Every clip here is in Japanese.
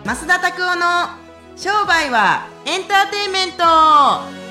増田拓夫の商売はエンターテインメント。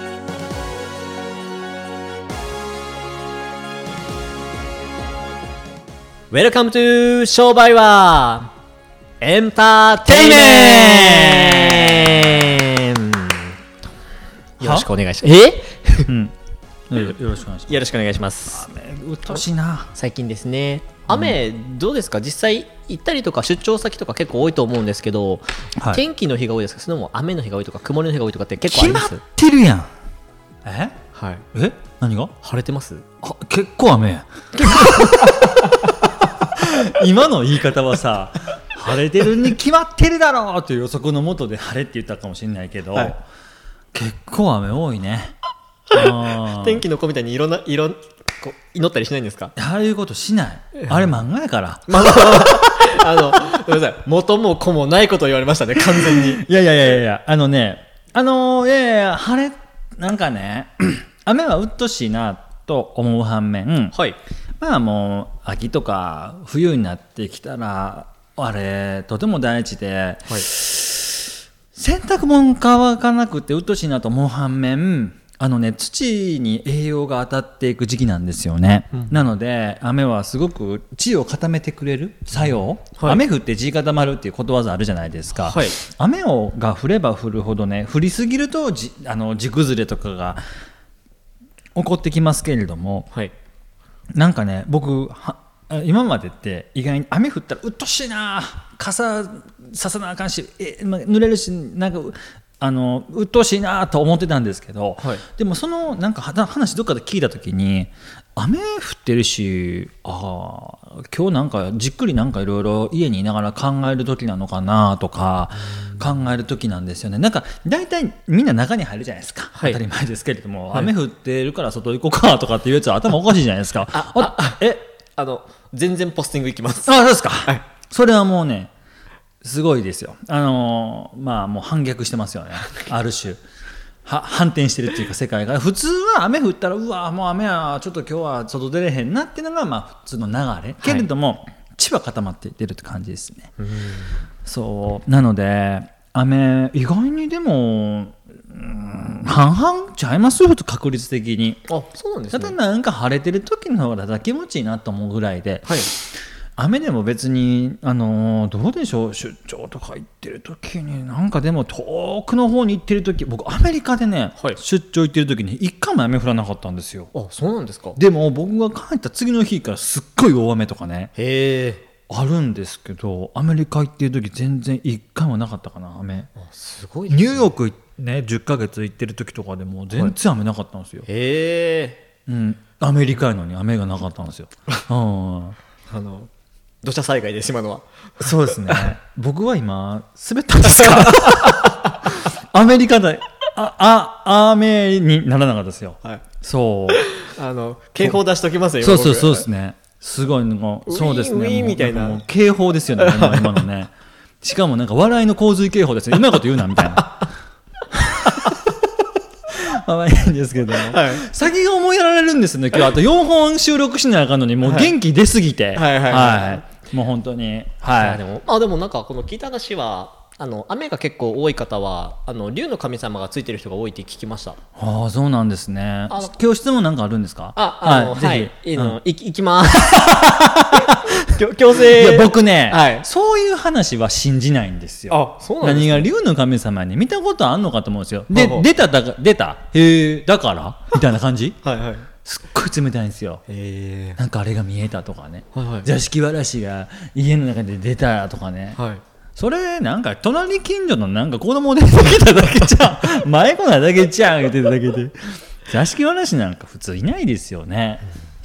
Welcome to 商売はエンターテイメント。よろしくお願いします。 よろしくお願いします。 よろしくお願いします。 うっとしいな。 最近ですね。雨どうですか？実際行ったりとか出張先とか結構多いと思うんですけど、 はい、 天気の日が多いですか？それとも雨の日が多いとか曇りの日が多いとかって結構あります？ 決まってるやん。 はい。 何が？ 晴れてます？ 結構雨や。今の言い方はさ、晴れてるに決まってるだろうという予測のもとで晴れって言ったかもしれないけど、はい、結構雨多いね。 天気の子みたいにこう祈ったりしないんですか？ ああいうことしない。あれ漫画やから。 ごめんなさい。元も子もないことを言われましたね、完全に。 いや晴れなんかね、雨はうっとしいなと思う反面、 はい。 まあもう秋とか冬になってきたらあれとても大事で、はい、洗濯物乾かなくてうっとしいなと思う反面、土に栄養が当たっていく時期なんですよね、なので雨はすごく地を固めてくれる作用、はい、雨降って地固まるっていうことわざあるじゃないですか、はい、雨が降れば降るほどね、降りすぎると地崩れとかが起こってきますけれども、はい、なんかね、僕今までって意外に雨降ったらうっとしいな、傘ささなあかんし、濡れるし、なんかうっとうしいなと思ってたんですけど、はい、でもそのなんか話どっかで聞いた時に、雨降ってるし、今日なんかじっくりなんかいろいろ家にいながら考える時なのかなとか考える時なんですよね。なんか大体みんな中に入るじゃないですか、はい、当たり前ですけれども、はい、雨降ってるから外行こうかとかっていうやつは頭おかしいじゃないですか。 全然ポスティング行きます。 そうですか、はい、それはもうねすごいですよ。もう反逆してますよね。ある種反転してるっていうか、世界が普通は雨降ったらうわもう雨はちょっと今日は外出れへんなっていうのが普通の流れ、けれども地は固まって出るって感じですね。そうなので雨意外にでも半々ちゃいますよ、確率的に。 そうなんですね。 ただなんか晴れてる時の方がただ気持ちいいなと思うぐらいで、はい、雨でも別にどうでしょう、出張とか行ってる時になんかでも遠くの方に行ってる時、僕アメリカでね、はい、出張行ってる時に一回も雨降らなかったんですよ。 そうなんですか。でも僕が帰った次の日からすっごい大雨とかねあるんですけど、アメリカ行ってる時全然一回もなかったかな、雨。 すごいですね。 ニューヨークね、10ヶ月行ってる時とかでも全然雨なかったんですよ。アメリカやのに雨がなかったんですよ。 土砂災害で島のは。 そうですね。僕は今滑ったんですか？アメリカで雨にならなかったですよ。はい、そう。 警報出しときますよ。 そうですね。すごいそうですね。 ウィーンみたいな。 もう警報ですよね。今のね。しかもなんか笑いの洪水警報ですね。今のこと言うなみたいな。いいんですけど、はい、先が思いやられるんですね。今日あと4本収録しなあかんのにもう元気出すぎて、もう本当に、はい、 でもなんかこの聞いた話は雨が結構多い方は竜の神様がついてる人が多いって聞きました。 そうなんですね。今日質問なんかあるんですか？ ぜひ、行きます強制。 いや僕ね、はい、そういう話は信じないんですよ。そうなんですね。何が竜の神様に見たことあんのかと思うんですよ。で出ただからみたいな感じはい、はい、すっごい冷たいんですよ。なんかあれが見えたとかね、はいはい、座敷わらしが家の中で出たとかね、はい、それなんか隣近所のなんか子供でできただけじゃん迷子なだけじゃん言ってただけで、座敷わらしなんか普通いないですよね。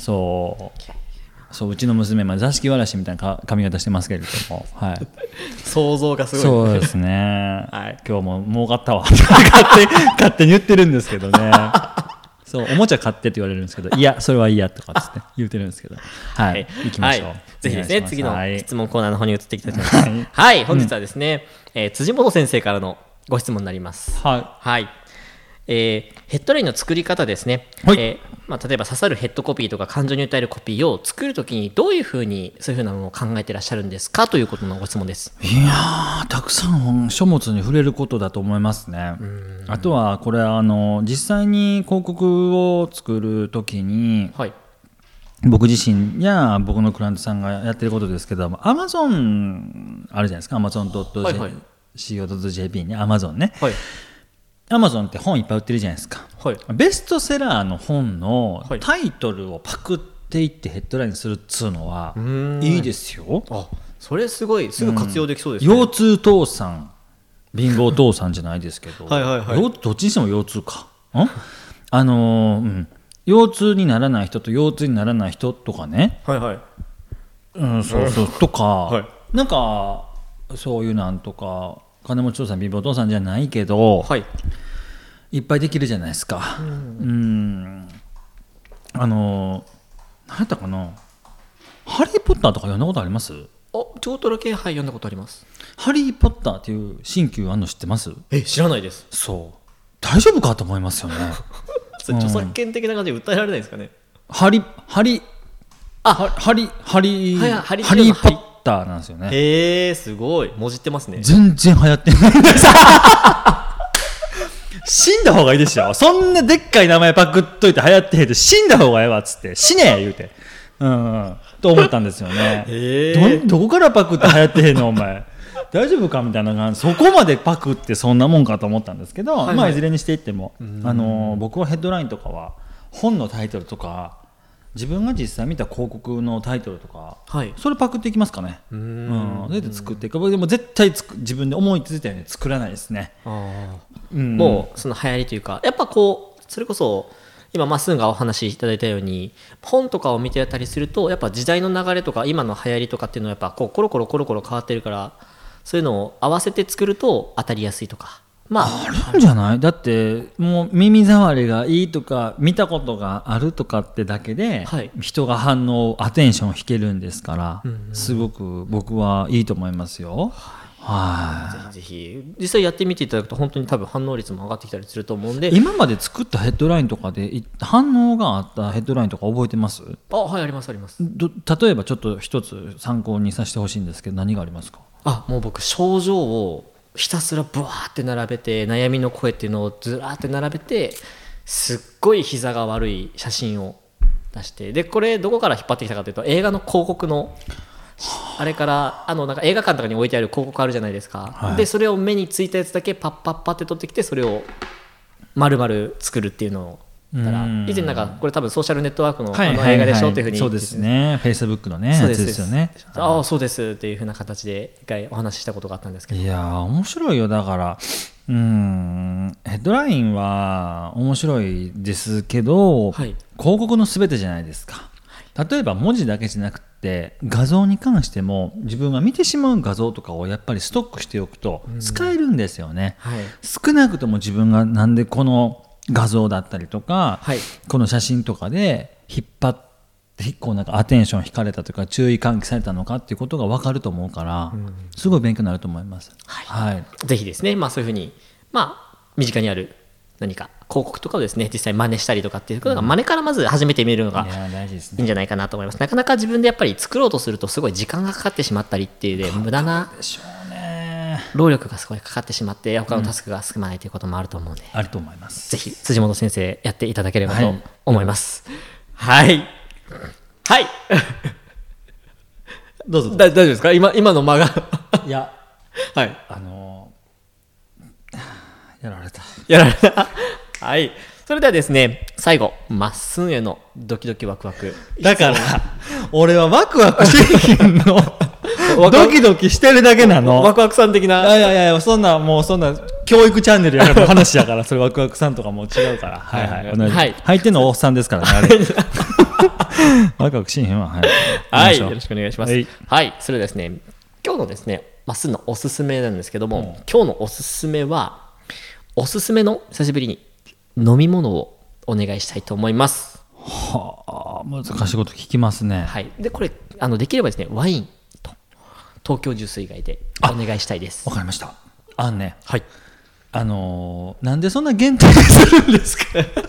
そううちの娘座敷わらしみたいな髪型してますけれども、はい、 想像がすごい。 そうですね、はい、今日も儲かったわ勝手に言ってるんですけどね。そうおもちゃ買ってって言われるんですけど、いやそれはいいやとかって言ってるんですけど、はい、行きましょう。 ぜひですね、次の質問コーナーの方に移っていきたいと思います。はい、本日はですね、辻本先生からのご質問になります。はい、 ヘッドラインの作り方ですね、 はい例えば刺さるヘッドコピーとか感情に訴えるコピーを作るときにどういうふうにそういうふうなものを考えてらっしゃるんですかということのご質問です。 いやー、たくさん書物に触れることだと思いますね。あとはこれ実際に広告を作るときに、 はい、 僕自身や僕のクライアントさんがやってることですけども、Amazon あるじゃないですか。 Amazon.co.jp ね、Amazon ね、 はい、 Amazon って本いっぱい売ってるじゃないですか。 はい、 ベストセラーの本のはいタイトルをパクっていってヘッドラインにするっつうのはいいですよ。 あ、それすごいすぐ活用できそうですね。 腰痛父さん、貧乏父さんじゃないですけどはいはいはい、 どっちにしても腰痛か、腰痛にならない人と腰痛にならない人とかね、 はいはい、 そうそうとか、 はい、 なんかそういうなんとか金持ち父さん貧乏父さんじゃないけど、 はい、 いっぱいできるじゃないですか。何やったかな、ハリー・ポッターとか読んだことあります？ ちょっとだけ、はい、読んだことあります。 ハリー・ポッターっていう新旧あんの知ってます？ 知らないです。 そう、大丈夫かと思いますよね。 それ著作権的な感じで訴えられないですかね。 ハリー・ポッターなんですよね。 へえ、すごいもじってますね。 全然流行ってない死んだ方がいいですよ。そんなでっかい名前パクっといて流行ってへんで死んだ方がええわっつって死ね言うて、と思ったんですよね。どこからパクって流行ってへんのお前大丈夫かみたいな感じ、そこまでパクってそんなもんかと思ったんですけど、はいはい、いずれにしていっても僕はヘッドラインとかは本のタイトルとか自分が実際見た広告のタイトルとか、はい、それパクっていきますかね。それで作っていく。でも絶対自分で思いついたように作らないですね。 もうその流行りというか、やっぱこうそれこそ今まっすんがお話しいただいたように本とかを見てたりすると、やっぱ時代の流れとか今の流行りとかっていうのはやっぱこうコロコロ変わってるから、そういうのを合わせて作ると当たりやすいとか、 あるんじゃない？だってもう耳障りがいいとか見たことがあるとかってだけで、はい、人が反応アテンションを引けるんですから、すごく僕はいいと思いますよ。 はい、ぜひ実際やってみていただくと本当に多分反応率も上がってきたりすると思うんで。 今まで作ったヘッドラインとかで反応があったヘッドラインとか覚えてます？ はい、ありますあります。 例えばちょっと一つ参考にさせてほしいんですけど、何がありますか？ もう僕症状をひたすらブワーって並べて、悩みの声っていうのをずらーって並べて、すっごい膝が悪い写真を出して、でこれどこから引っ張ってきたかというと、映画の広告のあれからなんか映画館とかに置いてある広告あるじゃないですか、はい、でそれを目についたやつだけパッパッパって取ってきて、それを丸々作るっていうのをたら、以前なんかこれ多分ソーシャルネットワークの映画でしょっていうふうに、 そうですね、フェイスブックのねやつですよね。 そうですっていうふうな形で一回お話ししたことがあったんですけど、 いや面白いよ。だからヘッドラインは面白いですけど、はい、広告の全てじゃないですか。例えば文字だけじゃなくて画像に関しても自分が見てしまう画像とかをやっぱりストックしておくと使えるんですよね、はい、少なくとも自分がなんでこの画像だったりとか、はい、この写真とかで引っ張ってこうなんかアテンション引かれたとか注意喚起されたのかっていうことが分かると思うから、すごい勉強になると思います、はいはい、ぜひですね、そういうふうに身近にある何か広告とかをですね実際真似したりとかっていうことが真似からまず始めてみるのがいいんじゃないかなと思います。なかなか自分でやっぱり作ろうとするとすごい時間がかかってしまったりっていうで無駄な労力がすごいかかってしまって他のタスクが進まないということもあると思うので、 あると思います。 ぜひ辻本先生やっていただければと思います。はいはい、どうぞ。大丈夫ですか？今の間がいやはいやられたはい、それではですね最後まっすんへのドキドキワクワク。 だから俺はワクワクしてへんのドキドキしてるだけなの。 ワクワクさん的な。 いやそんな教育チャンネルやから話やからそれワクワクさんとかも違うからはい入ってんのおっさんですからねあれワクワクしへんわ。 はい、よろしくお願いします。はい、それではですね今日のですねまっすんのおすすめなんですけども、今日のおすすめはおすすめの久しぶりに飲み物をお願いしたいと思います。 はあ、難しいこと聞きますね。 はい、でこれできればですねワインと東京ジュース以外でお願いしたいです。 わかりました。はい、 なんでそんな限定するんですか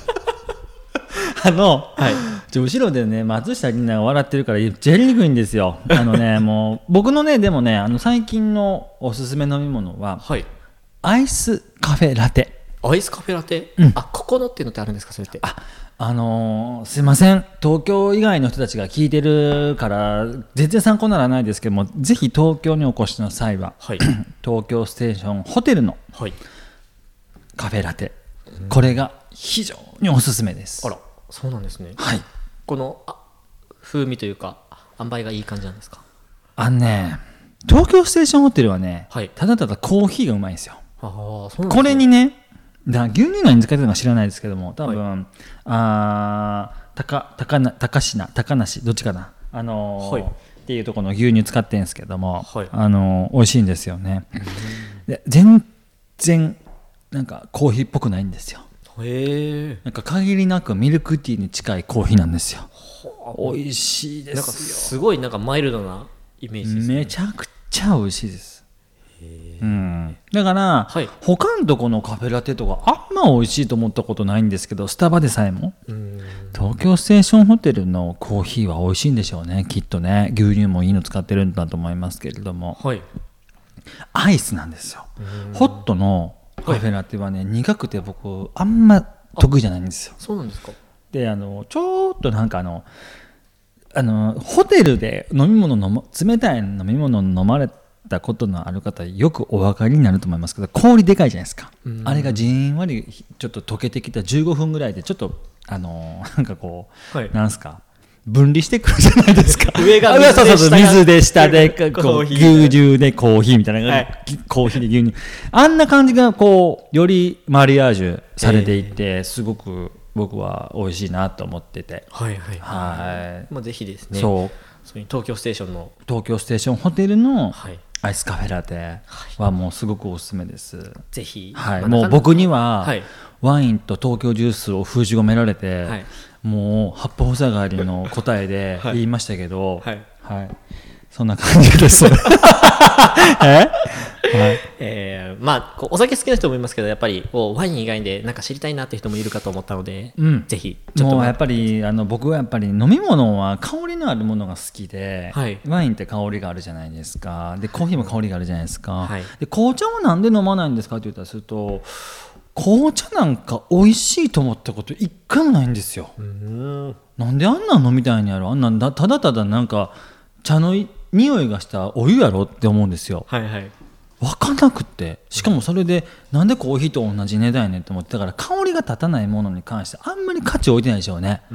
後ろでね松下里奈が笑ってるから言っちゃいにくいんですよ。もう僕のねでもね最近のおすすめ飲み物は、 はい、 アイスカフェラテ。 アイスカフェラテ、ここのっていうのってあるんですかそれって。 すいません東京以外の人たちが聞いてるから全然参考にならないですけども、ぜひ東京にお越しの際は、はい、東京ステーションホテルのカフェラテ、これが非常におすすめです。 あら、そうなんですね。 はい、 この風味というか塩梅がいい感じなんですか。 東京ステーションホテルはね、 はい、 ただただコーヒーがうまいんですよ。 そうなんですね。 これにね牛乳何に使ってるのか知らないですけども、多分、はい、高梨どっちかな、はい、っていうところの牛乳使ってるんですけども、はい、美味しいんですよね。で全然なんかコーヒーっぽくないんですよ。なんか限りなくミルクティーに近いコーヒーなんですよ。美味しいですよ。 なんかすごいなんかマイルドなイメージですね。 めちゃくちゃ美味しいです。だから、はい、他のとこのカフェラテとかあんま美味しいと思ったことないんですけど、スタバでさえも東京ステーションホテルのコーヒーは美味しいんでしょうね、きっとね。牛乳もいいの使ってるんだと思いますけれども、はい、アイスなんですよ。ホットのカフェラテはね、はい、苦くて僕あんま得意じゃないんですよ。 そうなんですか。 でちょっとなんかホテルで飲み物冷たい飲み物を飲まれたことのある方よくお分かりになると思いますけど、氷でかいじゃないですか。あれがじんわりちょっと溶けてきた15分ぐらいでちょっとなんかこう、はい、なんすか分離してくるじゃないですか。 上が水で下でこう牛乳でコーヒーみたいな、はい、コーヒーで牛乳、あんな感じがこうよりマリアージュされていて、すごく僕は美味しいなと思ってて、 はいはいはい、ぜひですね、東京ステーションホテルの、はい、アイスカフェラテはもうすごくおすすめです。 ぜひ、 はい、もう僕にはワインと東京ジュースを封じ込められて、はい、もう八方塞がりの答えで言いましたけど、はいはいはい、そんな感じです。 お酒好きな人もいますけど、やっぱりワイン以外でなんか知りたいなって人もいるかと思ったので、ぜひちょっともうやっぱり僕はやっぱり飲み物は香りのあるものが好きで、はい、ワインって香りがあるじゃないですか。でコーヒーも香りがあるじゃないですか、はい、で紅茶はなんで飲まないんですかって言ったらすると、紅茶なんか美味しいと思ったこと一回もないんですよ。なんであんなん飲みたいんやろ。あんなんただただなんか茶の匂いがしたお湯やろって思うんですよ。はいはい、分かんなくって、しかもそれでなんでコーヒーと同じ値段やねんって思って、だから香りが立たないものに関してあんまり価値を置いてないでしょうね。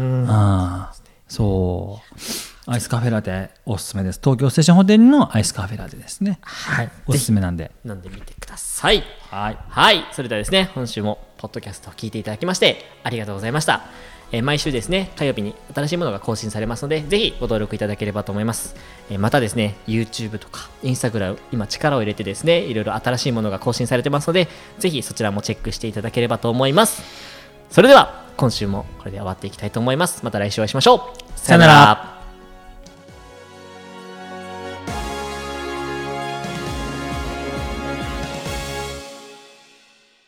そうアイスカフェラテおすすめです。東京ステーションホテルのアイスカフェラテですね。はい、おすすめなんで飲んでみてください。はい、はい、それではですね、今週もポッドキャストを聞いていただきましてありがとうございました。毎週ですね、火曜日に新しいものが更新されますので、ぜひご登録いただければと思います。またですね、YouTube とか Instagram 今力を入れてですね、いろいろ新しいものが更新されてますので、ぜひそちらもチェックしていただければと思います。それでは今週もこれで終わっていきたいと思います。また来週お会いしましょう。さよなら。